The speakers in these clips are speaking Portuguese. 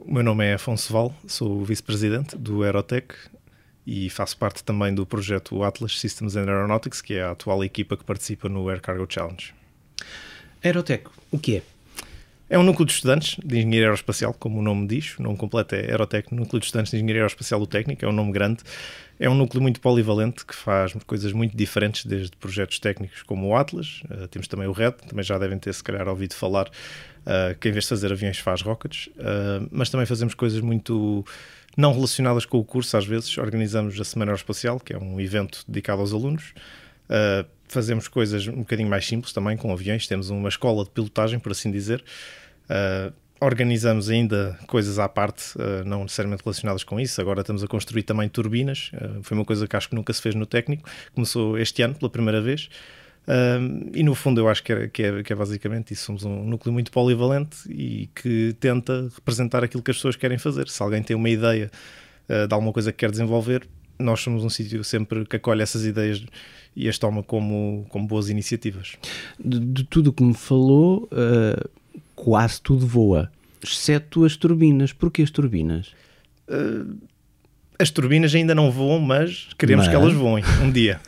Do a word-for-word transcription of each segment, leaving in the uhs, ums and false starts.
O meu nome é Afonso Val, sou o vice-presidente do Aerotech e faço parte também do projeto Atlas Systems and Aeronautics, que é a atual equipa que participa no Air Cargo Challenge. Aerotech, o que é? É um núcleo de estudantes de Engenharia Aeroespacial, como o nome diz. O nome completo é Aerotech, Núcleo de Estudantes de Engenharia Aeroespacial do Técnico, é um nome grande. É um núcleo muito polivalente, que faz coisas muito diferentes, desde projetos técnicos como o Atlas, uh, temos também o Red, também já devem ter se calhar ouvido falar, uh, que em vez de fazer aviões faz rockets, uh, mas também fazemos coisas muito não relacionadas com o curso. Às vezes organizamos a Semana Aeroespacial, que é um evento dedicado aos alunos. Uh, fazemos coisas um bocadinho mais simples também com aviões, temos uma escola de pilotagem, por assim dizer. Uh, organizamos ainda coisas à parte, uh, não necessariamente relacionadas com isso. Agora estamos a construir também turbinas, uh, foi uma coisa que acho que nunca se fez no técnico, começou este ano pela primeira vez. Uh, e no fundo eu acho que é, que, é, que é basicamente isso. Somos um núcleo muito polivalente e que tenta representar aquilo que as pessoas querem fazer. Se alguém tem uma ideia uh, de alguma coisa que quer desenvolver, nós somos um sítio sempre que acolhe essas ideias e as toma como, como boas iniciativas. De, de tudo o que me falou, uh, quase tudo voa, exceto as turbinas. Porquê as turbinas? Uh, as turbinas ainda não voam, mas queremos mas... que elas voem um dia.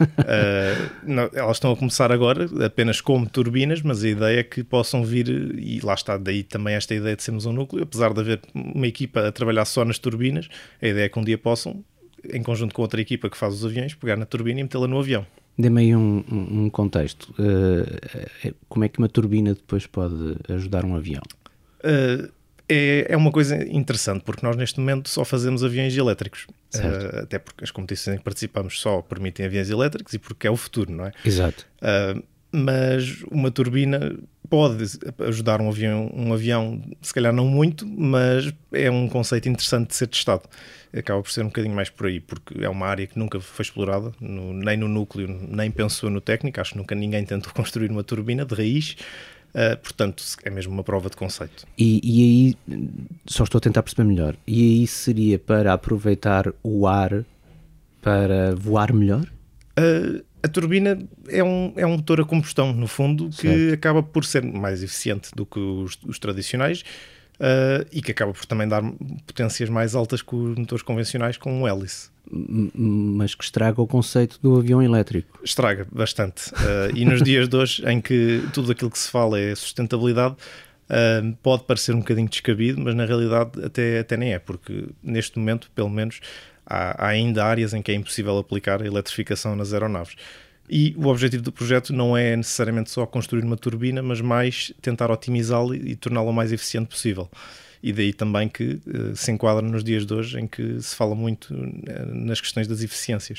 uh, não, elas estão a começar agora apenas como turbinas, mas a ideia é que possam vir, e lá está, daí também esta ideia de sermos um núcleo, apesar de haver uma equipa a trabalhar só nas turbinas, a ideia é que um dia possam, em conjunto com outra equipa que faz os aviões, pegar na turbina e metê-la no avião. Dê-me aí um, um, um contexto. Uh, como é que uma turbina depois pode ajudar um avião? Uh, é, é uma coisa interessante, porque nós neste momento só fazemos aviões elétricos. Uh, até porque as competições em que participamos só permitem aviões elétricos e porque é o futuro, não é? Exato. Uh, mas uma turbina pode ajudar um avião, um avião, se calhar não muito, mas é um conceito interessante de ser testado. Acaba por ser um bocadinho mais por aí, porque é uma área que nunca foi explorada, no, nem no núcleo, nem pensou no técnico. Acho que nunca ninguém tentou construir uma turbina de raiz, uh, portanto é mesmo uma prova de conceito. E, e aí, só estou a tentar perceber melhor, e aí seria para aproveitar o ar para voar melhor? Uh, a turbina é um, é um motor a combustão, no fundo, que certo. Acaba por ser mais eficiente do que os, os tradicionais. Uh, e que acaba por também dar potências mais altas que os motores convencionais com um hélice. Mas que estraga o conceito do avião elétrico. Estraga bastante. Uh, e nos dias de hoje, em que tudo aquilo que se fala é sustentabilidade, uh, pode parecer um bocadinho descabido, mas na realidade até, até nem é, porque neste momento, pelo menos, há, há ainda áreas em que é impossível aplicar a eletrificação nas aeronaves. E o objetivo do projeto não é necessariamente só construir uma turbina, mas mais tentar otimizá-la e torná-la o mais eficiente possível. E daí também que uh, se enquadra nos dias de hoje, em que se fala muito uh, nas questões das eficiências.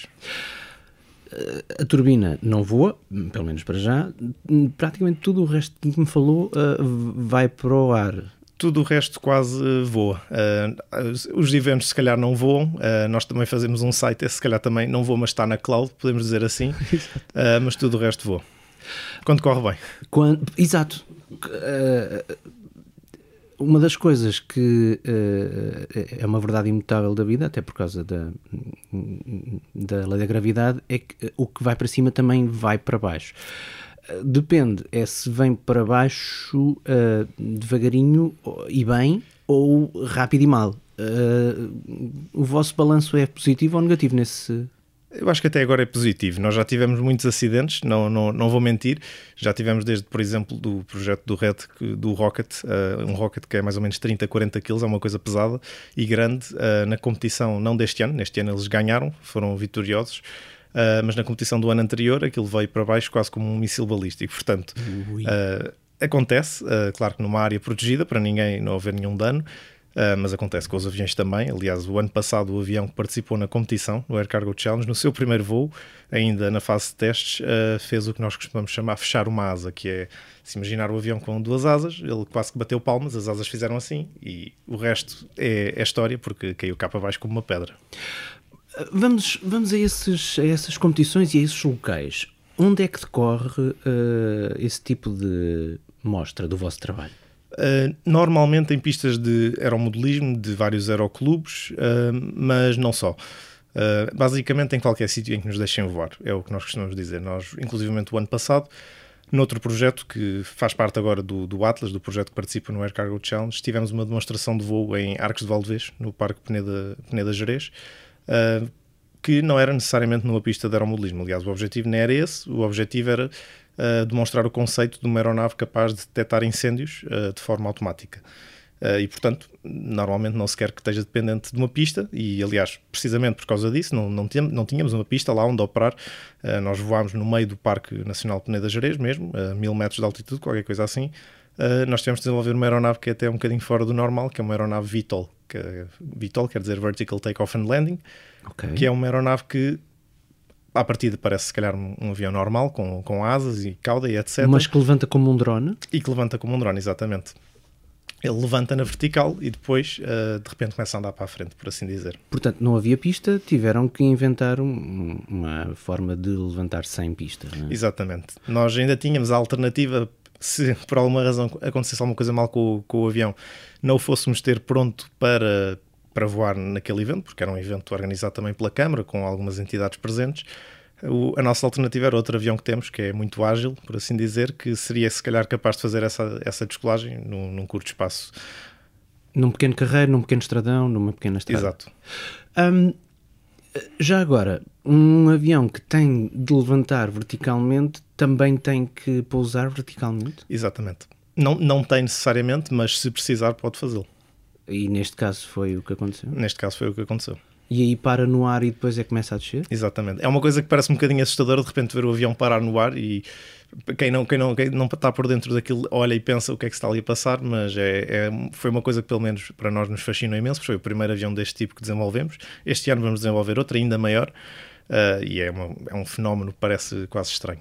A turbina não voa, pelo menos para já. Praticamente tudo o resto que me falou uh, vai para o ar. Tudo o resto quase voa. Uh, os eventos se calhar não voam, uh, nós também fazemos um site, esse se calhar também não voa, mas está na cloud, podemos dizer assim, uh, mas tudo o resto voa. Quando corre bem. Quando, exato. Uh, uma das coisas que uh, é uma verdade imutável da vida, até por causa da, da lei da gravidade, é que o que vai para cima também vai para baixo. Depende, é se vem para baixo uh, devagarinho e bem, ou rápido e mal. Uh, o vosso balanço é positivo ou negativo nesse... Eu acho que até agora é positivo. Nós já tivemos muitos acidentes, não, não, não vou mentir. Já tivemos desde, por exemplo, do projeto do Red, do Rocket, uh, um Rocket que é mais ou menos trinta, quarenta quilos, é uma coisa pesada e grande. Uh, na competição, não deste ano, neste ano eles ganharam, foram vitoriosos. Uh, mas na competição do ano anterior aquilo veio para baixo quase como um míssil balístico, portanto uh, acontece, uh, claro que numa área protegida para ninguém não haver nenhum dano, uh, mas acontece com os aviões também. Aliás, o ano passado o avião que participou na competição, no Air Cargo Challenge, no seu primeiro voo, ainda na fase de testes, uh, fez o que nós costumamos chamar fechar uma asa, que é, se imaginar o avião com duas asas, ele quase que bateu palmas, as asas fizeram assim e o resto é, é história, porque caiu cá para baixo como uma pedra. Vamos, vamos a, esses, a essas competições e a esses locais. Onde é que decorre uh, esse tipo de mostra do vosso trabalho? Uh, normalmente em pistas de aeromodelismo, de vários aeroclubes, uh, mas não só. Uh, basicamente em qualquer sítio em que nos deixem voar, é o que nós costumamos dizer. Nós, inclusivamente o ano passado, Noutro projeto que faz parte agora do, do Atlas, do projeto que participa no Air Cargo Challenge, tivemos uma demonstração de voo em Arcos de Valdevez, no Parque Peneda, Peneda Gerês, uh, que não era necessariamente numa pista de aeromodelismo. Aliás, o objetivo não era esse, o objetivo era uh, demonstrar o conceito de uma aeronave capaz de detectar incêndios uh, de forma automática. Uh, e, portanto, normalmente não se quer que esteja dependente de uma pista e, aliás, precisamente por causa disso, não, não, tínhamos, não tínhamos uma pista lá onde operar. Uh, nós voámos no meio do Parque Nacional Peneda Gerês mesmo, a mil metros de altitude, qualquer coisa assim. Uh, nós tivemos de desenvolver uma aeronave que é até um bocadinho fora do normal, que é uma aeronave V TOL. Que, V TOL quer dizer Vertical Takeoff and Landing, okay. Que é uma aeronave que, à partida, parece se calhar um, um avião normal, com, com asas e cauda e etcétera. Mas que levanta como um drone? E que levanta como um drone, exatamente. Ele levanta na vertical e depois, uh, de repente, começa a andar para a frente, por assim dizer. Portanto, não havia pista, tiveram que inventar um, uma forma de levantar sem pista, não é? Exatamente. Nós ainda tínhamos a alternativa, se por alguma razão acontecesse alguma coisa mal com, com o avião, não o fôssemos ter pronto para, para voar naquele evento, porque era um evento organizado também pela Câmara, com algumas entidades presentes. O, a nossa alternativa era outro avião que temos, que é muito ágil, por assim dizer, que seria se calhar capaz de fazer essa, essa descolagem num, num curto espaço. Num pequeno carreiro, num pequeno estradão, numa pequena estrada. Exato. Um, já agora, um avião que tem de levantar verticalmente também tem que pousar verticalmente? Exatamente. Não, não tem necessariamente, mas se precisar pode fazê-lo. E neste caso foi o que aconteceu? Neste caso foi o que aconteceu. E aí para no ar e depois é que começa a descer? Exatamente. É uma coisa que parece um bocadinho assustadora de repente ver o avião parar no ar e quem não, quem não, quem não está por dentro daquilo olha e pensa o que é que está ali a passar, mas é, é, foi uma coisa que pelo menos para nós nos fascinou imenso, foi o primeiro avião deste tipo que desenvolvemos. Este ano vamos desenvolver outro ainda maior uh, e é, uma, é um fenómeno que parece quase estranho.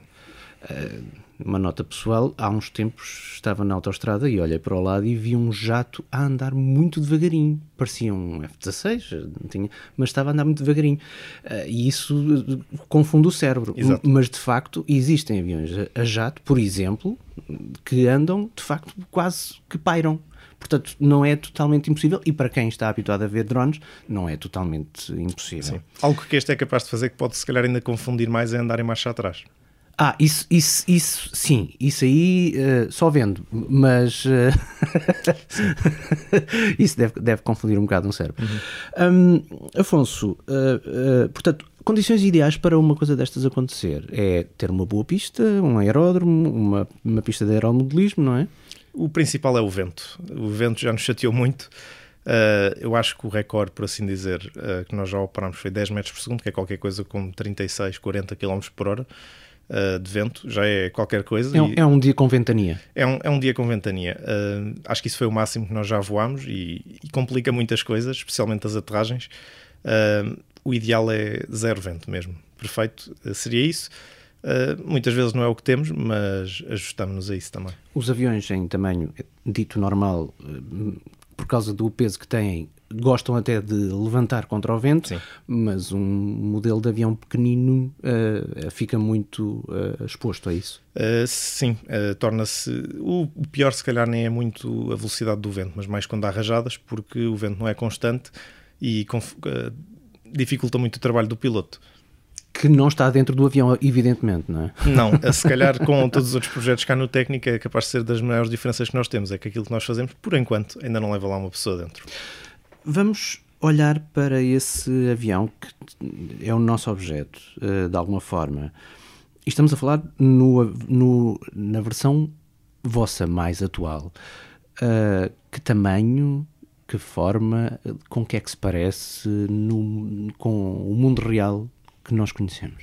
Uh, uma nota pessoal, há uns tempos estava na autoestrada e olhei para o lado e vi um jato a andar muito devagarinho, parecia um F dezasseis, não tinha, mas estava a andar muito devagarinho, uh, e isso confunde o cérebro. Exato. Mas de facto existem aviões a, a jato, por exemplo, que andam de facto quase que pairam. Portanto, não é totalmente impossível e para quem está habituado a ver drones, não é totalmente impossível. Sim. Algo que este é capaz de fazer que pode se calhar ainda confundir mais é andar em marcha atrás. Ah, isso, isso, isso sim, isso aí uh, só vendo, mas uh, isso deve, deve confundir um bocado um cérebro. Uhum. Um, Afonso, uh, uh, portanto, condições ideais para uma coisa destas acontecer é ter uma boa pista, um aeródromo, uma, uma pista de aeromodelismo, não é? O principal é o vento. O vento já nos chateou muito. Uh, eu acho que o recorde, por assim dizer, uh, que nós já operámos foi dez metros por segundo, que é qualquer coisa como trinta e seis, quarenta quilómetros por hora. Uh, de vento, já é qualquer coisa. É um, é um dia com ventania. É um, é um dia com ventania. Uh, acho que isso foi o máximo que nós já voámos e, e complica muitas coisas, especialmente as aterragens. Uh, o ideal é zero vento mesmo. Perfeito, uh, seria isso. Uh, muitas vezes não é o que temos, mas ajustamos-nos a isso também. Os aviões em tamanho dito normal, uh, por causa do peso que têm, gostam até de levantar contra o vento. Sim. Mas um modelo de avião pequenino uh, fica muito uh, exposto a isso. Uh, sim, uh, torna-se... O pior se calhar nem é muito a velocidade do vento, mas mais quando há rajadas, porque o vento não é constante e conf... uh, dificulta muito o trabalho do piloto. Que não está dentro do avião, evidentemente, não é? Não, se calhar com todos os outros projetos cá no técnico é capaz de ser das maiores diferenças que nós temos, é que aquilo que nós fazemos, por enquanto, ainda não leva lá uma pessoa dentro. Vamos olhar para esse avião que é o nosso objeto, de alguma forma. E estamos a falar no, no, na versão vossa mais atual. Uh, que tamanho, que forma, com que é que se parece no, com o mundo real que nós conhecemos?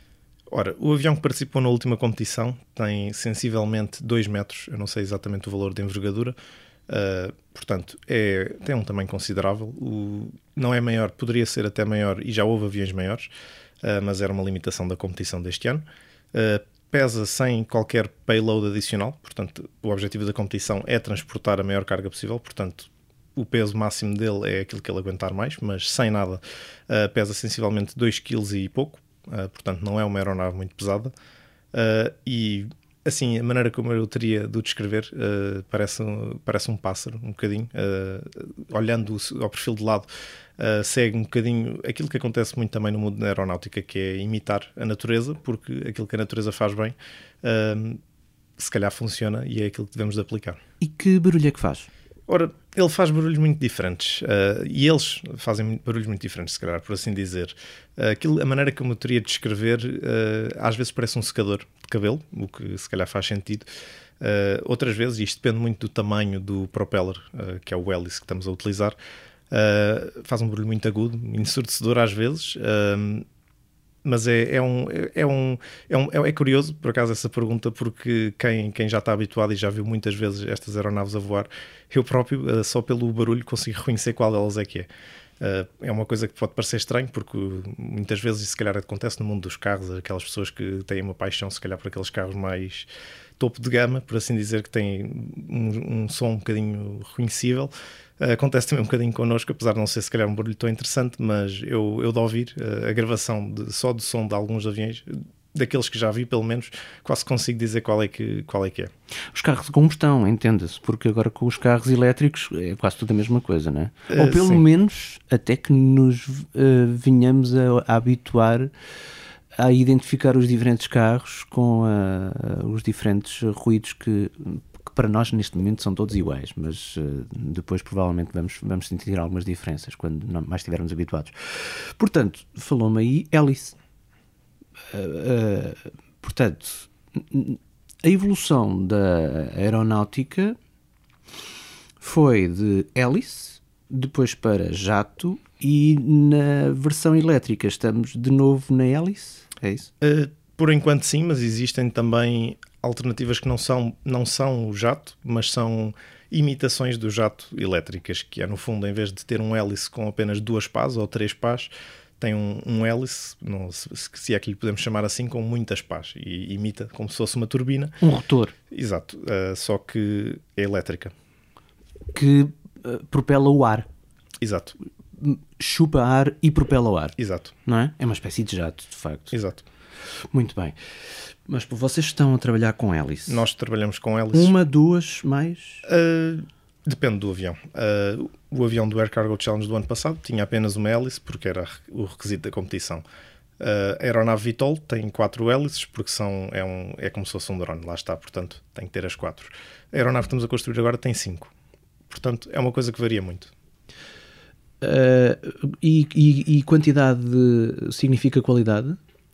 Ora, o avião que participou na última competição tem sensivelmente dois metros, eu não sei exatamente o valor de envergadura. Uh, portanto, é, tem um tamanho considerável. O, não é maior, poderia ser até maior, e já houve aviões maiores, uh, mas era uma limitação da competição deste ano. Uh, pesa sem qualquer payload adicional, portanto, o objetivo da competição é transportar a maior carga possível, portanto, o peso máximo dele é aquilo que ele aguentar mais, mas sem nada, uh, pesa sensivelmente dois vírgula cinco quilos e pouco, uh, portanto, não é uma aeronave muito pesada, uh, e assim, a maneira como eu teria de o descrever uh, parece, um, parece um pássaro, um bocadinho. Uh, olhando ao perfil de lado, uh, segue um bocadinho aquilo que acontece muito também no mundo da aeronáutica, que é imitar a natureza, porque aquilo que a natureza faz bem uh, se calhar funciona e é aquilo que devemos de aplicar. E que barulho é que faz? Ora, ele faz barulhos muito diferentes uh, e eles fazem barulhos muito diferentes, se calhar, por assim dizer. Uh, aquilo, a maneira que eu me teria de descrever, uh, às vezes parece um secador de cabelo, o que se calhar faz sentido. Uh, outras vezes, e isto depende muito do tamanho do propeller, uh, que é o hélice que estamos a utilizar, uh, faz um barulho muito agudo, ensurdecedor às vezes. Uh, Mas é, é, um, é, um, é, um, é curioso, por acaso, essa pergunta, porque quem, quem já está habituado e já viu muitas vezes estas aeronaves a voar, eu próprio, só pelo barulho, consigo reconhecer qual delas é que é. É uma coisa que pode parecer estranho, porque muitas vezes, se calhar, acontece no mundo dos carros, aquelas pessoas que têm uma paixão, se calhar, por aqueles carros mais topo de gama, por assim dizer, que têm um, um som um bocadinho reconhecível. Uh, acontece também um bocadinho connosco, apesar de não ser se calhar um barulho tão interessante, mas eu, eu de ouvir uh, a gravação de, só do som de alguns aviões, daqueles que já vi pelo menos, quase consigo dizer qual é que, qual é, que é. Os carros de combustão, entenda-se, porque agora com os carros elétricos é quase tudo a mesma coisa, não é? Uh, Ou pelo sim. menos até que nos uh, venhamos a, a habituar a identificar os diferentes carros com uh, os diferentes ruídos que... que para nós neste momento são todos iguais, mas uh, depois provavelmente vamos, vamos sentir algumas diferenças quando não, mais estivermos habituados. Portanto, falou-me aí hélice. Uh, uh, portanto, a evolução da aeronáutica foi de hélice, depois para jato, e na versão elétrica estamos de novo na hélice? É isso? Uh, por enquanto sim, mas existem também alternativas que não são, não são o jato, mas são imitações do jato elétricas, que é no fundo, em vez de ter um hélice com apenas duas pás ou três pás, tem um, um hélice, não, se, se é que lhe podemos chamar assim, com muitas pás, e imita como se fosse uma turbina. Um rotor. Exato, uh, só que é elétrica. Que uh, propela o ar. Exato. Chupa ar e propela o ar. Exato. Não é? É uma espécie de jato, de facto. Exato. Muito bem. Mas pô, vocês estão a trabalhar com hélice? Nós trabalhamos com hélices. Uma, duas, mais? Uh, depende do avião. Uh, o avião do Air Cargo Challenge do ano passado tinha apenas uma hélice, porque era o requisito da competição. Uh, a aeronave Vitol tem quatro hélices, porque são, é, um, é como se fosse um drone, lá está, portanto tem que ter as quatro. A aeronave que estamos a construir agora tem cinco. Portanto, é uma coisa que varia muito. Uh, e, e, e quantidade de, significa qualidade?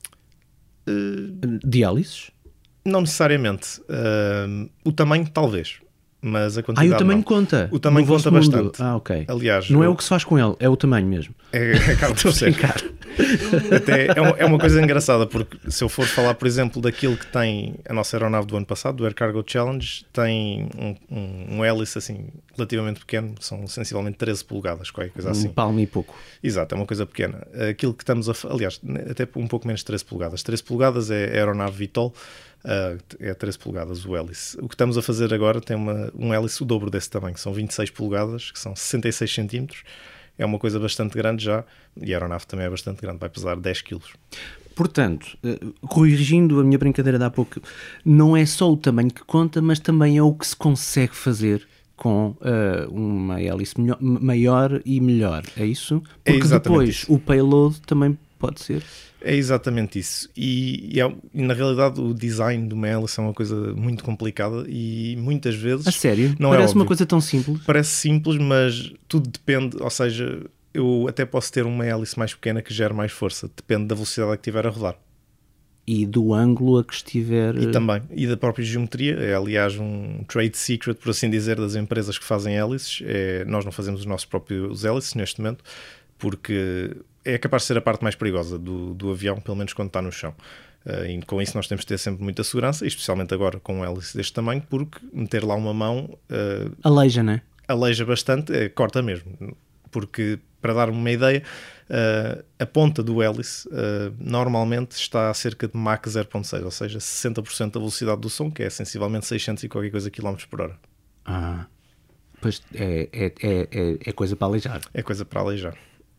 Uh, de hélices? Não necessariamente. Uh, o tamanho, talvez. Mas a quantidade. Ah, e o tamanho não. conta? O tamanho conta bastante. Ah, ok. Aliás, não eu... é o que se faz com ele, é o tamanho mesmo. É, acaba por ser. Até é, uma, é uma coisa engraçada, porque se eu for falar, por exemplo, daquilo que tem a nossa aeronave do ano passado, do Air Cargo Challenge, tem um, um, um hélice assim, relativamente pequeno, são sensivelmente treze polegadas, qualquer coisa assim. Um palmo e pouco. Exato, é uma coisa pequena. Aquilo que estamos a... Aliás, até um pouco menos de treze polegadas. treze polegadas é a aeronave Vitol. Uh, é treze polegadas o hélice. O que estamos a fazer agora tem uma, um hélice o dobro desse tamanho, são vinte e seis polegadas, que são sessenta e seis centímetros. É uma coisa bastante grande já, e a aeronave também é bastante grande, vai pesar dez quilos. Portanto, uh, corrigindo a minha brincadeira de há pouco, não é só o tamanho que conta, mas também é o que se consegue fazer com uh, uma hélice melhor, maior e melhor, é isso? Porque é depois isso. O payload também pode ser... É exatamente isso. E, e, é, e na realidade o design de uma hélice é uma coisa muito complicada e muitas vezes... A sério? Não Parece é uma coisa tão simples? Parece simples, mas tudo depende, ou seja, eu até posso ter uma hélice mais pequena que gere mais força, depende da velocidade a que estiver a rodar. E do ângulo a que estiver... E também, e da própria geometria, é aliás um trade secret, por assim dizer, das empresas que fazem hélices. É, nós não fazemos os nossos próprios hélices neste momento, porque... é capaz de ser a parte mais perigosa do, do avião, pelo menos quando está no chão. Uh, e com isso nós temos de ter sempre muita segurança, e especialmente agora com um hélice deste tamanho, porque meter lá uma mão... Uh, aleija, não é? Aleija bastante, é, corta mesmo. Porque, para dar uma ideia, uh, a ponta do hélice uh, normalmente está a cerca de Mach zero ponto seis, ou seja, sessenta por cento da velocidade do som, que é sensivelmente seiscentos e qualquer coisa quilómetros por hora. Ah, pois é, é, é, é coisa para aleijar. É coisa para aleijar.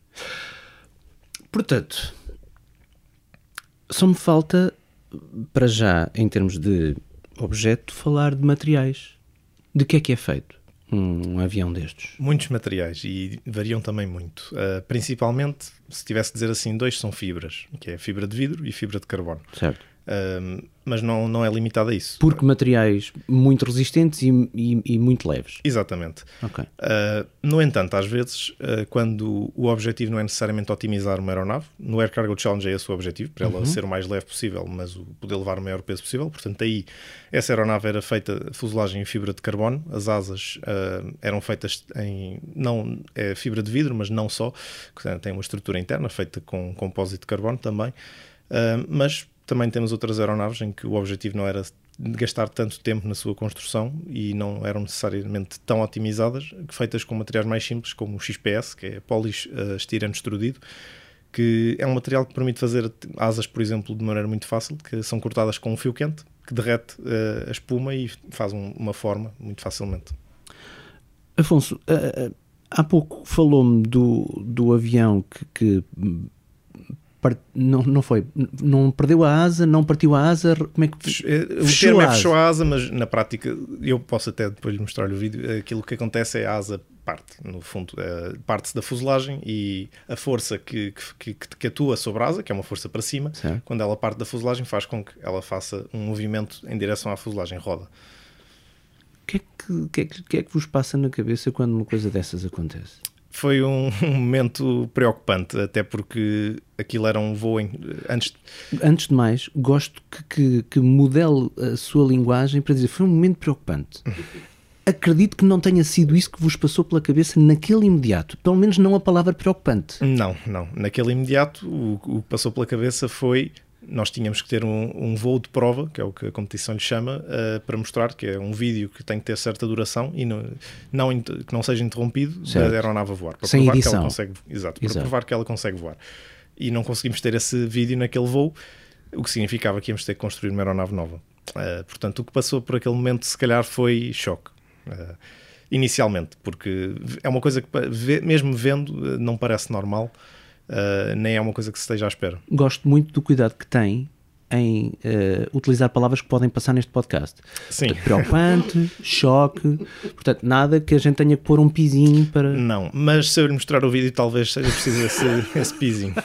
Portanto, só me falta, para já, em termos de objeto, falar de materiais. De que é que é feito um, um avião destes? Muitos materiais, e variam também muito. Uh, principalmente, se tivesse que dizer assim, dois são fibras, que é fibra de vidro e fibra de carbono. Certo. Uh, mas não, não é limitado a isso. Porque materiais muito resistentes e, e, e muito leves. Exatamente. Okay. Uh, no entanto, às vezes, uh, quando o objetivo não é necessariamente otimizar uma aeronave, no Air Cargo Challenge é esse o objetivo, para ela uhum. ser o mais leve possível, mas o poder levar o maior peso possível. Portanto, aí, essa aeronave era feita, fuselagem em fibra de carbono, as asas uh, eram feitas em, não é fibra de vidro, mas não só, tem uma estrutura interna feita com compósito de carbono também, uh, mas também temos outras aeronaves em que o objetivo não era gastar tanto tempo na sua construção e não eram necessariamente tão otimizadas, feitas com materiais mais simples, como o X P S, que é poliestireno extrudido, que é um material que permite fazer asas, por exemplo, de maneira muito fácil, que são cortadas com um fio quente, que derrete uh, a espuma e faz um, uma forma muito facilmente. Afonso, uh, há pouco falou-me do, do avião que... que... Não, não foi, não perdeu a asa, não partiu a asa, como é que fechou? O termo é fechou a asa, mas na prática, eu posso até depois mostrar-lhe o vídeo, aquilo que acontece é a asa parte, no fundo, parte-se da fuselagem e a força que, que, que atua sobre a asa, que é uma força para cima, certo. Quando ela parte da fuselagem faz com que ela faça um movimento em direção à fuselagem, roda. O que é que, que, é que, que é que vos passa na cabeça quando uma coisa dessas acontece? Foi um, um momento preocupante, até porque aquilo era um voo em, antes... Antes de mais, gosto que, que, que modele a sua linguagem para dizer foi um momento preocupante. Acredito que não tenha sido isso que vos passou pela cabeça naquele imediato, pelo menos não a palavra preocupante. Não, não. Naquele imediato o, o que passou pela cabeça foi... Nós tínhamos que ter um, um voo de prova, que é o que a competição lhe chama, uh, para mostrar que é um vídeo que tem que ter certa duração e não, não, que não seja interrompido certo. Da aeronave a voar. Para Sem provar edição. Que ela consegue, exato, para exato. provar que ela consegue voar. E não conseguimos ter esse vídeo naquele voo, o que significava que íamos ter que construir uma aeronave nova. Uh, portanto, o que passou por aquele momento, se calhar, foi choque. Uh, inicialmente, porque é uma coisa que, mesmo vendo, não parece normal. Uh, nem é uma coisa que se esteja à espera. Gosto muito do cuidado que tem em uh, utilizar palavras que podem passar neste podcast. Sim. Portanto, preocupante, choque, portanto, nada que a gente tenha que pôr um pizinho para... Não, mas se eu lhe mostrar o vídeo talvez seja preciso esse, esse pizinho.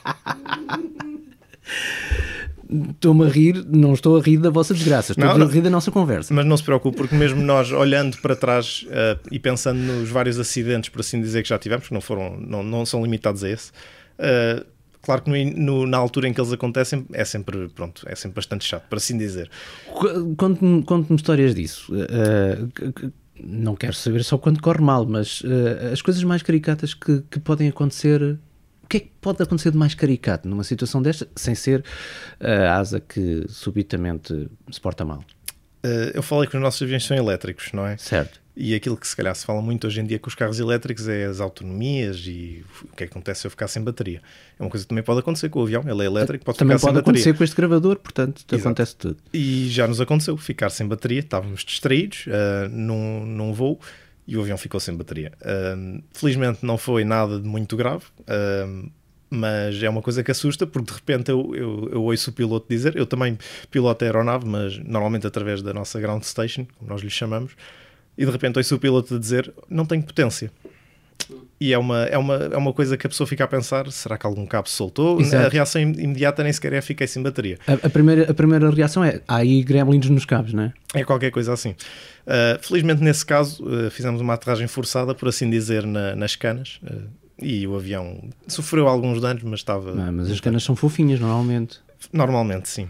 Estou-me a rir, não estou a rir da vossa desgraça, estou não, a rir da nossa conversa. Mas não se preocupe, porque mesmo nós olhando para trás uh, e pensando nos vários acidentes, por assim dizer, que já tivemos, que não, foram, não, não são limitados a esse, uh, claro que no, no, na altura em que eles acontecem é sempre, pronto, é sempre bastante chato, por assim dizer. Conte-me, conte-me histórias disso. Uh, não quero saber só quando corre mal, mas uh, as coisas mais caricatas que, que podem acontecer... O que é que pode acontecer de mais caricato numa situação desta, sem ser a asa que subitamente se porta mal? Uh, eu falei que os nossos aviões são elétricos, não é? Certo. E aquilo que se calhar se fala muito hoje em dia com os carros elétricos é as autonomias e o que é que acontece se eu ficar sem bateria. É uma coisa que também pode acontecer com o avião, ele é elétrico, pode também ficar pode sem bateria. acontecer com este gravador, portanto Exato. Acontece tudo. E já nos aconteceu ficar sem bateria, estávamos distraídos uh, num, num voo, e o avião ficou sem bateria. Uh, felizmente não foi nada de muito grave, uh, mas é uma coisa que assusta, porque de repente eu, eu, eu ouço o piloto dizer, eu também piloto a aeronave, mas normalmente através da nossa ground station, como nós lhe chamamos, e de repente ouço o piloto a dizer, não tenho potência. E é uma, é, uma, é uma coisa que a pessoa fica a pensar, será que algum cabo se soltou? Exato. A reação imediata nem sequer é fiquei sem bateria. A, a, primeira, a primeira reação é, há aí gremlins nos cabos, não é? É qualquer coisa assim. Uh, felizmente nesse caso uh, fizemos uma aterragem forçada, por assim dizer, na, nas canas, uh, e o avião sofreu alguns danos, mas estava... Não, mas as canas são fofinhas, normalmente. Normalmente, sim.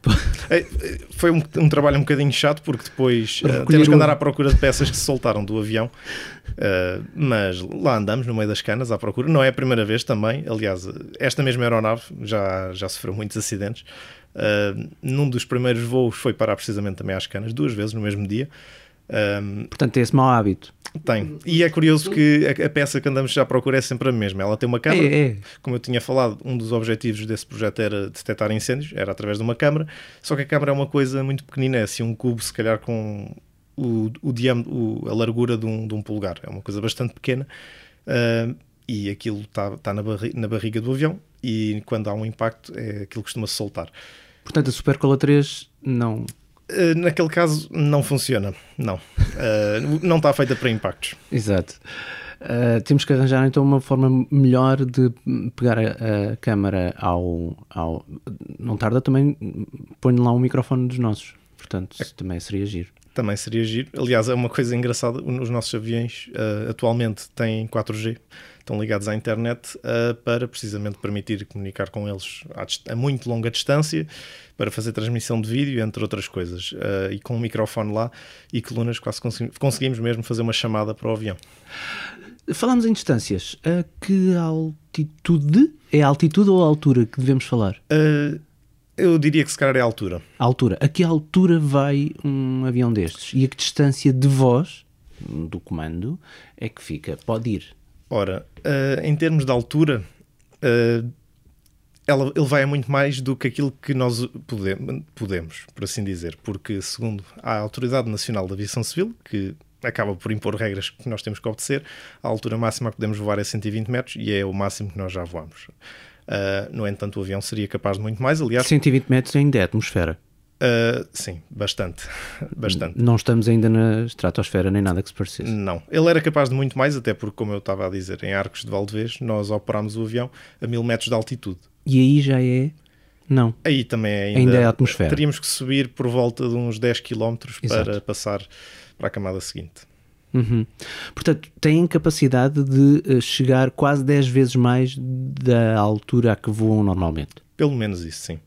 Foi um, um trabalho um bocadinho chato, porque depois uh, temos que andar à procura de peças que se soltaram do avião, uh, mas lá andamos no meio das canas à procura. Não é a primeira vez também, aliás, esta mesma aeronave já, já sofreu muitos acidentes. Uh, num dos primeiros voos foi parar precisamente também às canas, duas vezes no mesmo dia. Um, Portanto, tem esse mau hábito. Tem. E é curioso que a, a peça que andamos já à procura é sempre a mesma. Ela tem uma câmara. É, é. Como eu tinha falado, um dos objetivos desse projeto era detectar incêndios, era através de uma câmara. Só que a câmara é uma coisa muito pequenina, é assim um cubo, se calhar com o, o diâmetro, o, a largura de um, de um polegar. É uma coisa bastante pequena. Uh, e aquilo está tá na, barri, na barriga do avião, e quando há um impacto, é, aquilo costuma-se soltar. Portanto, a Supercola três não... Uh, naquele caso não funciona, não. Uh, não está feita para impactos. Exato. Uh, temos que arranjar então uma forma melhor de pegar a, a câmara ao, ao... Não tarda também, põe lá um microfone dos nossos. Portanto, isso também seria giro. Também seria giro. Aliás, é uma coisa engraçada, os nossos aviões uh, atualmente têm quatro G, estão ligados à internet uh, para precisamente permitir comunicar com eles a, a muito longa distância, para fazer transmissão de vídeo, entre outras coisas. Uh, e com um microfone lá e colunas, quase conseguimos, conseguimos mesmo fazer uma chamada para o avião. Falamos em distâncias. A que altitude? É a altitude ou a altura que devemos falar? Uh, Eu diria que se calhar é a altura. A altura. A que altura vai um avião destes? E a que distância de voz, do comando, é que fica? Pode ir? Ora, uh, em termos de altura, uh, ela, ele vai a muito mais do que aquilo que nós podemos, podemos, por assim dizer. Porque, segundo a Autoridade Nacional de Aviação Civil, que acaba por impor regras que nós temos que obedecer, a altura máxima que podemos voar é cento e vinte metros e é o máximo que nós já voamos. Uh, no entanto, o avião seria capaz de muito mais. Aliás, cento e vinte metros ainda é atmosfera. Uh, sim, bastante. bastante. Não estamos ainda na estratosfera nem nada que se parecesse. Não. Ele era capaz de muito mais, até porque, como eu estava a dizer, em Arcos de Valdevez, nós operámos o avião a mil metros de altitude. E aí já é... Não. Aí também é ainda, ainda é a atmosfera. Teríamos que subir por volta de uns dez quilómetros para passar para a camada seguinte. Uhum. Portanto, têm capacidade de chegar quase dez vezes mais da altura a que voam normalmente. Pelo menos isso, sim.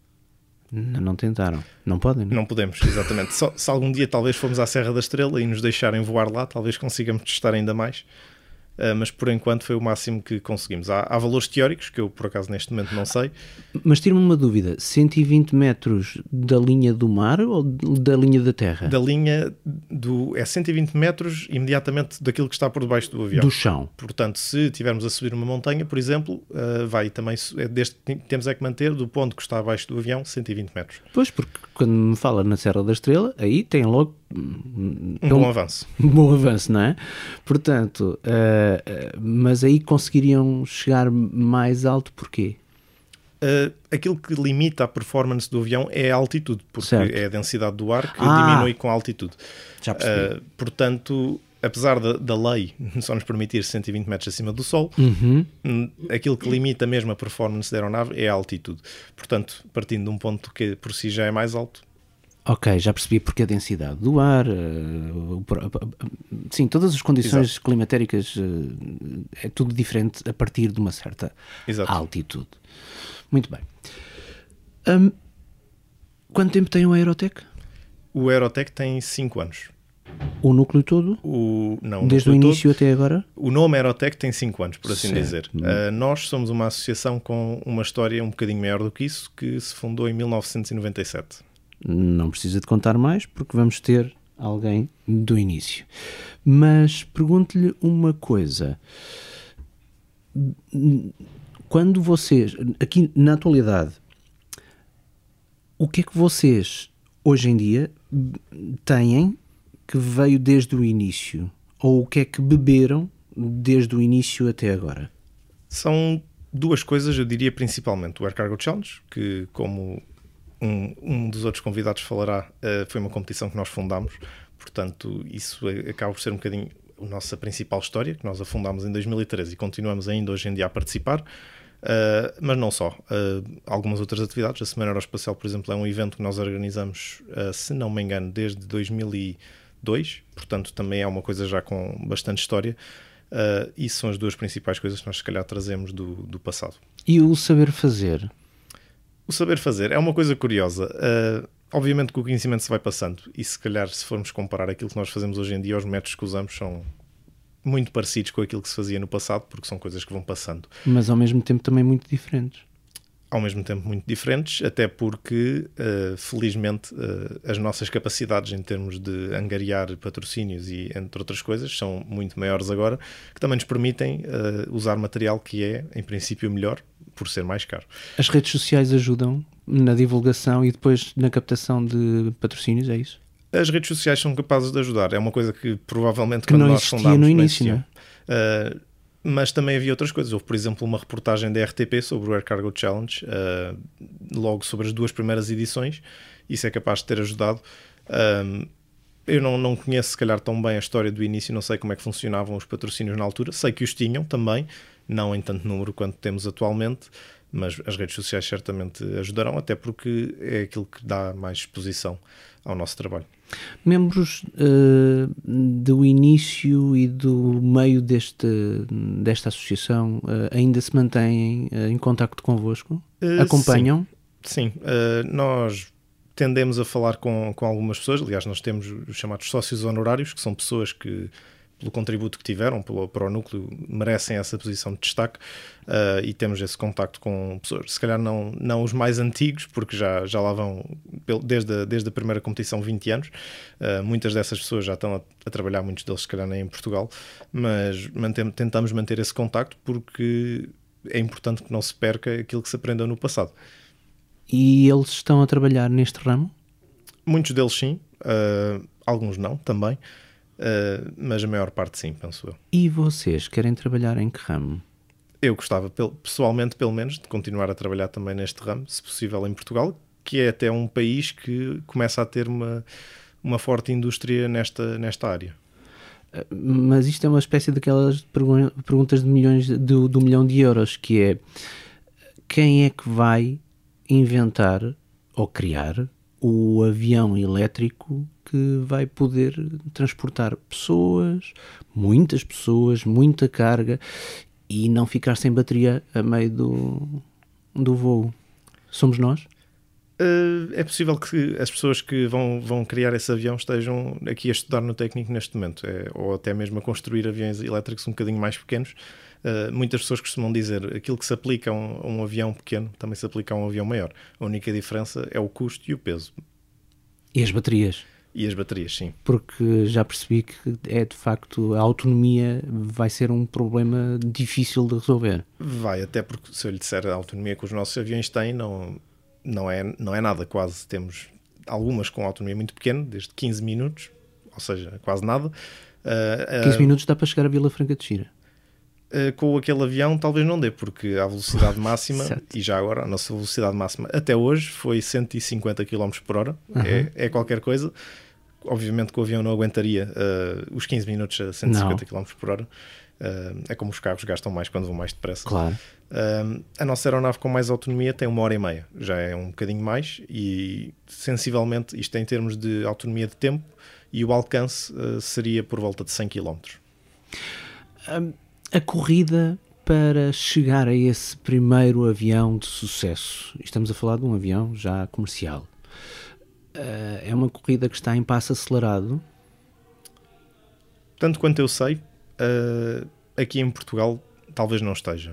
Não, não tentaram. Não podem, não? Não podemos, exatamente. Só, se algum dia talvez fomos à Serra da Estrela e nos deixarem voar lá, talvez consigamos testar ainda mais. Uh, mas por enquanto foi o máximo que conseguimos. Há, há valores teóricos que eu por acaso neste momento não sei. Mas tira-me uma dúvida, cento e vinte metros da linha do mar ou da linha da terra? Da linha do... é cento e vinte metros imediatamente daquilo que está por debaixo do avião. Do chão. Portanto, se estivermos a subir uma montanha, por exemplo, uh, vai também, desde que temos é que manter do ponto que está abaixo do avião cento e vinte metros. Pois, porque quando me fala na Serra da Estrela, aí tem logo um bom avanço. Um bom avanço, não é? Portanto, uh, uh, mas aí conseguiriam chegar mais alto, porquê? Uh, aquilo que limita a performance do avião é a altitude, porque certo. É a densidade do ar que ah, diminui com a altitude. Já percebi. Uh, portanto, apesar da, da lei só nos permitir cento e vinte metros acima do Sol, uhum. aquilo que limita mesmo a performance da aeronave é a altitude. Portanto, partindo de um ponto que por si já é mais alto. Ok, já percebi porque a densidade do ar, uh, sim, todas as condições Exato. climatéricas, uh, é tudo diferente a partir de uma certa Exato. altitude. Muito bem. Um, quanto tempo tem o Aerotech? O Aerotech tem cinco anos. O núcleo todo? O, não, Desde o, o início todo, até agora? O nome Aerotech tem cinco anos, por assim certo. dizer. Uh, nós somos uma associação com uma história um bocadinho maior do que isso, que se fundou em mil novecentos e noventa e sete. Não precisa de contar mais, porque vamos ter alguém do início. Mas pergunto-lhe uma coisa. Quando vocês, aqui na atualidade, o que é que vocês, hoje em dia, têm que veio desde o início? Ou o que é que beberam desde o início até agora? São duas coisas, eu diria principalmente o Air Cargo Challenge, que como um, um dos outros convidados falará, uh, foi uma competição que nós fundámos, portanto isso acaba por ser um bocadinho a nossa principal história, que nós a fundámos em dois mil e treze e continuamos ainda hoje em dia a participar, uh, mas não só, uh, algumas outras atividades. A Semana Aeroespacial, por exemplo, é um evento que nós organizamos, uh, se não me engano, desde dois mil e dois, portanto também é uma coisa já com bastante história. Uh, isso são as duas principais coisas que nós se calhar trazemos do, do passado. E o saber fazer? O saber fazer é uma coisa curiosa. Uh, obviamente que o conhecimento se vai passando e se calhar se formos comparar aquilo que nós fazemos hoje em dia, os métodos que usamos são muito parecidos com aquilo que se fazia no passado, porque são coisas que vão passando. Mas ao mesmo tempo também muito diferentes. Ao mesmo tempo muito diferentes, até porque, uh, felizmente, uh, as nossas capacidades em termos de angariar patrocínios e, entre outras coisas, são muito maiores agora, que também nos permitem uh, usar material que é, em princípio, melhor, por ser mais caro. As redes sociais ajudam na divulgação e depois na captação de patrocínios, é isso? As redes sociais são capazes de ajudar. É uma coisa que, provavelmente, que quando não nós existia fundámos, no início, não é? Uh, Mas também havia outras coisas. Houve, por exemplo, uma reportagem da R T P sobre o Air Cargo Challenge, uh, logo sobre as duas primeiras edições. Isso é capaz de ter ajudado. Um, eu não, não conheço, se calhar, tão bem a história do início, não sei como é que funcionavam os patrocínios na altura. Sei que os tinham também, não em tanto número quanto temos atualmente, mas as redes sociais certamente ajudarão, até porque é aquilo que dá mais exposição ao nosso trabalho. Membros uh, do início e do meio deste, desta associação uh, ainda se mantêm uh, em contacto convosco? Uh, Acompanham? Sim, sim. Uh, nós tendemos a falar com, com algumas pessoas. Aliás, nós temos os chamados sócios honorários, que são pessoas que, pelo contributo que tiveram pelo, para o núcleo, merecem essa posição de destaque, uh, e temos esse contacto com pessoas, se calhar não, não os mais antigos, porque já, já lá vão desde a, desde a primeira competição vinte anos, uh, muitas dessas pessoas já estão a, a trabalhar, muitos deles se calhar nem em Portugal, mas mantém, tentamos manter esse contacto porque é importante que não se perca aquilo que se aprendeu no passado. E eles estão a trabalhar neste ramo? Muitos deles sim, uh, alguns não também. Uh, mas a maior parte sim, penso eu. E vocês querem trabalhar em que ramo? Eu gostava, pessoalmente, pelo menos, de continuar a trabalhar também neste ramo, se possível em Portugal, que é até um país que começa a ter uma, uma forte indústria nesta, nesta área. Mas isto é uma espécie daquelas perguntas de milhões, do, do milhão de euros, que é: quem é que vai inventar ou criar o avião elétrico que vai poder transportar pessoas, muitas pessoas, muita carga, e não ficar sem bateria a meio do, do voo? Somos nós? Uh, é possível que as pessoas que vão, vão criar esse avião estejam aqui a estudar no técnico neste momento, é, ou até mesmo a construir aviões elétricos um bocadinho mais pequenos. Uh, muitas pessoas costumam dizer aquilo que se aplica a um, a um avião pequeno também se aplica a um avião maior. A única diferença é o custo e o peso. E as baterias? E as baterias, sim. Porque já percebi que é, de facto, a autonomia vai ser um problema difícil de resolver. Vai, até porque se eu lhe disser a autonomia que os nossos aviões têm, não, não, é, não é nada quase. Temos algumas com autonomia muito pequena, desde quinze minutos, ou seja, quase nada. Uh, quinze uh, minutos dá para chegar a Vila Franca de Xira? Uh, com aquele avião talvez não dê, porque a velocidade máxima, e já agora a nossa velocidade máxima até hoje foi cento e cinquenta quilómetros por hora, uhum. é, é qualquer coisa. Obviamente que o avião não aguentaria uh, os quinze minutos a cento e cinquenta quilómetros por hora, uh, é como os carros gastam mais quando vão mais depressa. Claro. Uh, a nossa aeronave com mais autonomia tem uma hora e meia, já é um bocadinho mais, e sensivelmente isto em termos de autonomia de tempo, e o alcance uh, seria por volta de cem quilómetros. Um... A corrida para chegar a esse primeiro avião de sucesso, estamos a falar de um avião já comercial, é uma corrida que está em passo acelerado? Tanto quanto eu sei, aqui em Portugal talvez não esteja.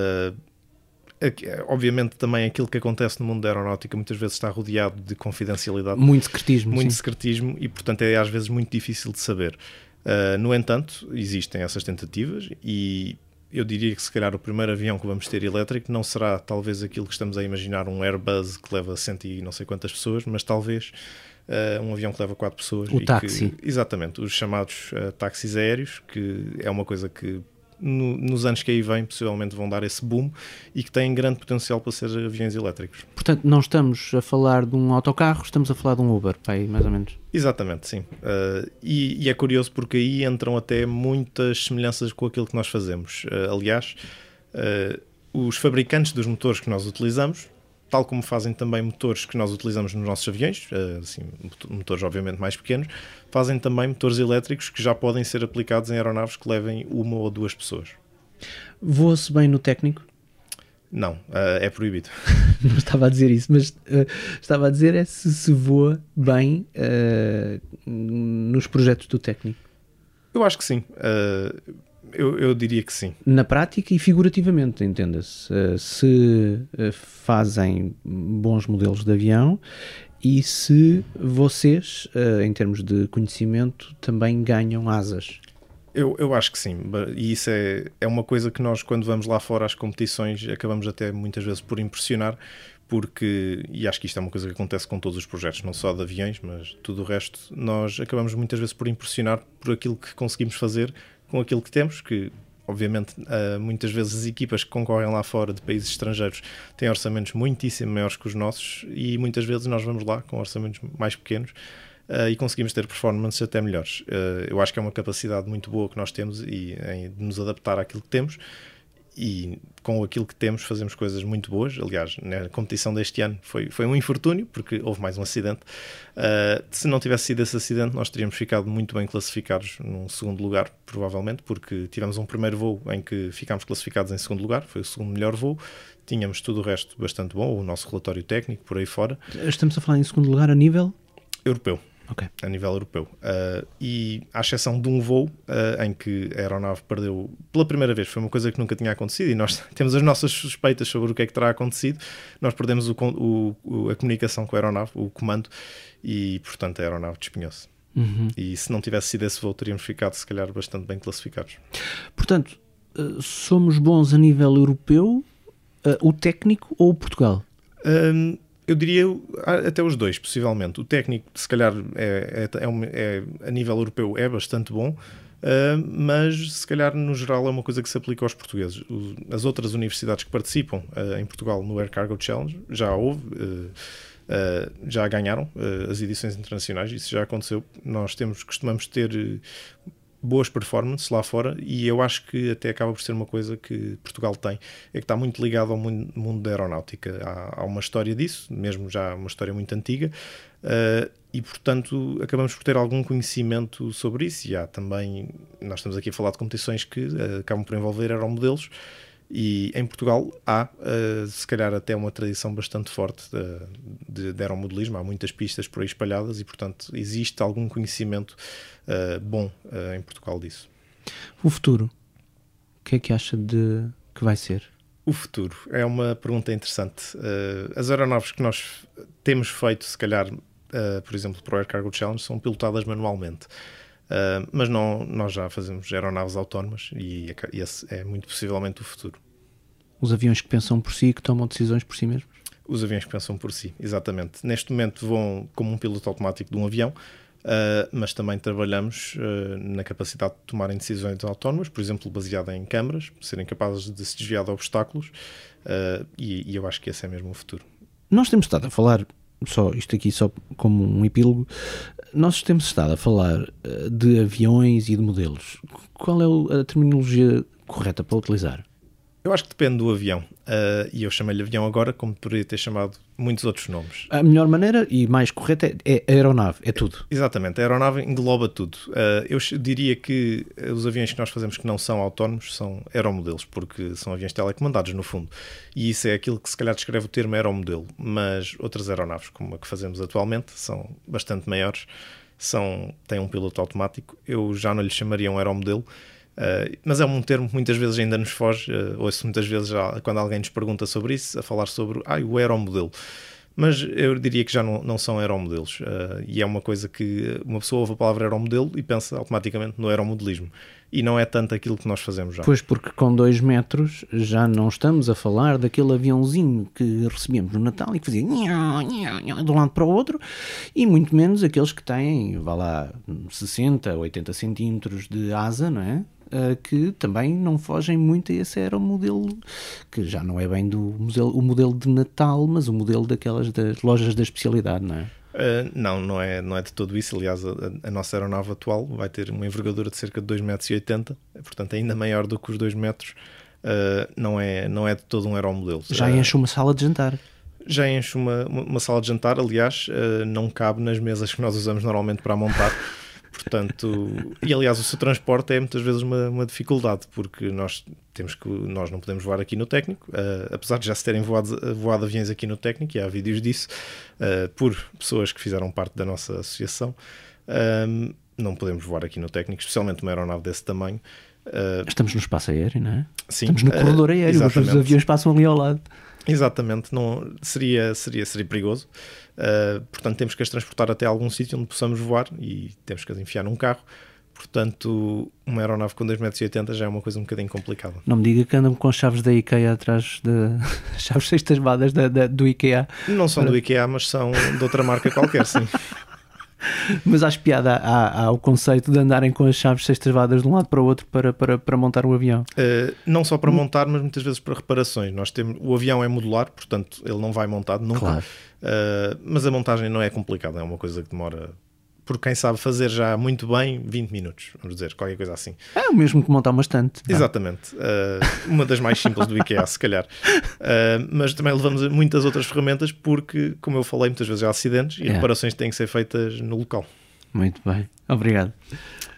Obviamente também aquilo que acontece no mundo da aeronáutica muitas vezes está rodeado de confidencialidade. Muito secretismo. Muito sim. secretismo e, portanto, é às vezes muito difícil de saber. Uh, no entanto, existem essas tentativas e eu diria que se calhar o primeiro avião que vamos ter elétrico não será talvez aquilo que estamos a imaginar, um Airbus que leva cento e não sei quantas pessoas, mas talvez uh, um avião que leva quatro pessoas. O e táxi. Que, exatamente, os chamados uh, táxis aéreos, que é uma coisa que no, nos anos que aí vêm possivelmente vão dar esse boom e que têm grande potencial para ser aviões elétricos. Portanto, não estamos a falar de um autocarro, estamos a falar de um Uber, pai, mais ou menos. Exatamente, sim. Uh, e, e é curioso porque aí entram até muitas semelhanças com aquilo que nós fazemos. Uh, aliás, uh, os fabricantes dos motores que nós utilizamos, tal como fazem também motores que nós utilizamos nos nossos aviões, uh, assim, motores obviamente mais pequenos, fazem também motores elétricos que já podem ser aplicados em aeronaves que levem uma ou duas pessoas. Voa-se bem no técnico? Não, uh, é proibido. Não estava a dizer isso, mas uh, estava a dizer é se se voa bem uh, nos projetos do técnico. Eu acho que sim. Uh, eu, eu diria que sim. Na prática e figurativamente, entenda-se. Uh, se uh, fazem bons modelos de avião e se vocês, uh, em termos de conhecimento, também ganham asas. Eu, eu acho que sim, e isso é, é uma coisa que nós, quando vamos lá fora às competições, acabamos até muitas vezes por impressionar, porque, e acho que isto é uma coisa que acontece com todos os projetos, não só de aviões, mas tudo o resto, nós acabamos muitas vezes por impressionar por aquilo que conseguimos fazer com aquilo que temos, que obviamente muitas vezes as equipas que concorrem lá fora de países estrangeiros têm orçamentos muitíssimo maiores que os nossos e muitas vezes nós vamos lá com orçamentos mais pequenos. uh, e conseguimos ter performances até melhores. Uh, eu acho que é uma capacidade muito boa que nós temos e em, de nos adaptar àquilo que temos. E com aquilo que temos fazemos coisas muito boas. Aliás, na competição deste ano foi, foi um infortúnio, porque houve mais um acidente. Uh, se não tivesse sido esse acidente, nós teríamos ficado muito bem classificados num segundo lugar, provavelmente, porque tivemos um primeiro voo em que ficámos classificados em segundo lugar, foi o segundo melhor voo. Tínhamos tudo o resto bastante bom, o nosso relatório técnico por aí fora. Estamos a falar em segundo lugar a nível? Europeu. Okay. A nível europeu. Uh, e à exceção de um voo uh, em que a aeronave perdeu pela primeira vez, foi uma coisa que nunca tinha acontecido e nós temos as nossas suspeitas sobre o que é que terá acontecido. Nós perdemos o, o, a comunicação com a aeronave, o comando, e portanto a aeronave despenhou-se. Uhum. E se não tivesse sido esse voo, teríamos ficado se calhar bastante bem classificados. Portanto, uh, somos bons a nível europeu, uh, o técnico ou o Portugal? Um, Eu diria até os dois, possivelmente. O técnico, se calhar, é, é, é, é, a nível europeu é bastante bom, uh, mas se calhar, no geral, é uma coisa que se aplica aos portugueses. O, as outras universidades que participam uh, em Portugal no Air Cargo Challenge, já houve, uh, uh, já ganharam uh, as edições internacionais, isso já aconteceu. Nós temos, costumamos ter uh, boas performances lá fora e eu acho que até acaba por ser uma coisa que Portugal tem, é que está muito ligado ao mundo, mundo da aeronáutica. Há, há uma história disso, mesmo já uma história muito antiga, uh, e portanto acabamos por ter algum conhecimento sobre isso. E há também, nós estamos aqui a falar de competições que uh, acabam por envolver aeromodelos e em Portugal há uh, se calhar até uma tradição bastante forte de, de, de aeromodelismo, há muitas pistas por aí espalhadas e portanto existe algum conhecimento uh, bom uh, em Portugal disso. O futuro, o que é que acha de que vai ser? O futuro é uma pergunta interessante. Uh, as aeronaves que nós temos feito, se calhar, uh, por exemplo, para o Air Cargo Challenge, são pilotadas manualmente. Uh, mas não, nós já fazemos aeronaves autónomas e esse é muito possivelmente o futuro. Os aviões que pensam por si e que tomam decisões por si mesmos? Os aviões que pensam por si, exatamente. Neste momento vão como um piloto automático de um avião, uh, mas também trabalhamos uh, na capacidade de tomarem decisões autónomas, por exemplo, baseada em câmaras, serem capazes de se desviar de obstáculos, uh, e, e eu acho que esse é mesmo o futuro. Nós temos estado a falar, só isto aqui só como um epílogo, nós temos estado a falar de aviões e de modelos. Qual é a terminologia correta para utilizar? Eu acho que depende do avião, uh, e eu chamei-lhe avião agora, como poderia ter chamado muitos outros nomes. A melhor maneira e mais correta é, é aeronave, é tudo. Exatamente, a aeronave engloba tudo. Uh, eu diria que os aviões que nós fazemos que não são autónomos são aeromodelos, porque são aviões telecomandados no fundo, e isso é aquilo que se calhar descreve o termo aeromodelo, mas outras aeronaves, como a que fazemos atualmente, são bastante maiores, são, têm um piloto automático, eu já não lhe chamaria um aeromodelo. Uh, mas é um termo que muitas vezes ainda nos foge, uh, ouço muitas vezes já, quando alguém nos pergunta sobre isso, a falar sobre ah, o aeromodelo, mas eu diria que já não, não são aeromodelos, uh, e é uma coisa que uma pessoa ouve a palavra aeromodelo e pensa automaticamente no aeromodelismo, e não é tanto aquilo que nós fazemos já. Pois, porque com dois metros já não estamos a falar daquele aviãozinho que recebíamos no Natal e que fazia de um lado para o outro, e muito menos aqueles que têm, vá lá, sessenta, oitenta centímetros de asa, não é? Uh, que também não fogem muito a esse aeromodelo, que já não é bem do modelo, o modelo de Natal, mas o modelo daquelas das lojas da especialidade, não é? Uh, não, não é, não é de todo isso. Aliás, a, a nossa aeronave atual vai ter uma envergadura de cerca de dois metros e oitenta, portanto ainda maior do que os dois metros. Uh, não, é, não é de todo um aeromodelo. Já uh, enche uma sala de jantar. Já enche uma, uma, uma sala de jantar, aliás, uh, não cabe nas mesas que nós usamos normalmente para montar. Portanto, e aliás o seu transporte é muitas vezes uma, uma dificuldade, porque nós temos que nós não podemos voar aqui no técnico, uh, apesar de já se terem voado, voado aviões aqui no técnico, e há vídeos disso, uh, por pessoas que fizeram parte da nossa associação. Um, não podemos voar aqui no técnico, especialmente uma aeronave desse tamanho. Uh, Estamos no espaço aéreo, não é? Sim, estamos no corredor aéreo, uh, os aviões passam ali ao lado. Exatamente, não, seria, seria, seria perigoso. Uh, portanto, temos que as transportar até algum sítio onde possamos voar e temos que as enfiar num carro. Portanto, uma aeronave com dois metros e oitenta já é uma coisa um bocadinho complicada. Não me diga que andam com chaves da IKEA atrás de chaves sextas-vadas da, da, do IKEA. Não são Para... do IKEA, mas são de outra marca qualquer, sim. Mas acho piada ao conceito de andarem com as chaves sextas-vadas de um lado para o outro para, para, para montar um avião. Uh, não só para montar, mas muitas vezes para reparações. Nós temos, o avião é modular, portanto ele não vai montado nunca. Claro. Uh, mas a montagem não é complicada, é uma coisa que demora por quem sabe fazer já muito bem, vinte minutos, vamos dizer, qualquer coisa assim. É o mesmo que montar uma estante. Exatamente. Uh, uma das mais simples do IKEA, se calhar. Uh, mas também levamos a muitas outras ferramentas porque, como eu falei, muitas vezes há acidentes e É. reparações têm que ser feitas no local. Muito bem. Obrigado.